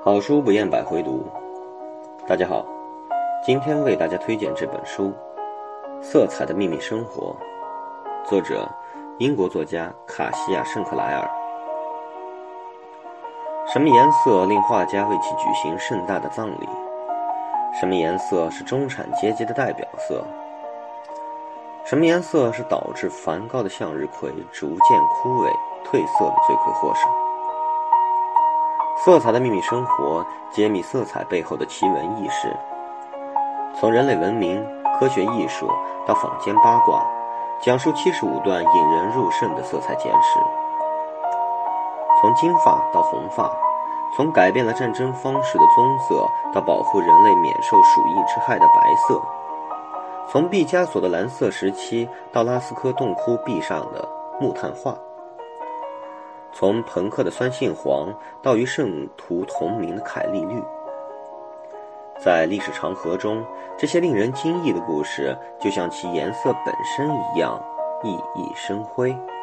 好书不厌百回读。大家好，今天为大家推荐这本书《色彩的秘密生活》，作者英国作家卡西亚·圣克莱尔。什么颜色令画家为其举行盛大的葬礼？什么颜色是中产阶级的代表色？什么颜色是导致梵高的向日葵逐渐枯萎褪色的罪魁祸首？色彩的秘密生活，揭秘色彩背后的奇闻异事。从人类文明、科学艺术到坊间八卦，讲述75段引人入胜的色彩简史。从金发到红发，从改变了战争方式的棕色到保护人类免受鼠疫之害的白色，从毕加索的蓝色时期到拉斯科洞窟壁上的木炭画，从朋克的酸性黄到与圣徒同名的凯利绿。在历史长河中，这些令人惊异的故事就像其颜色本身一样熠熠生辉。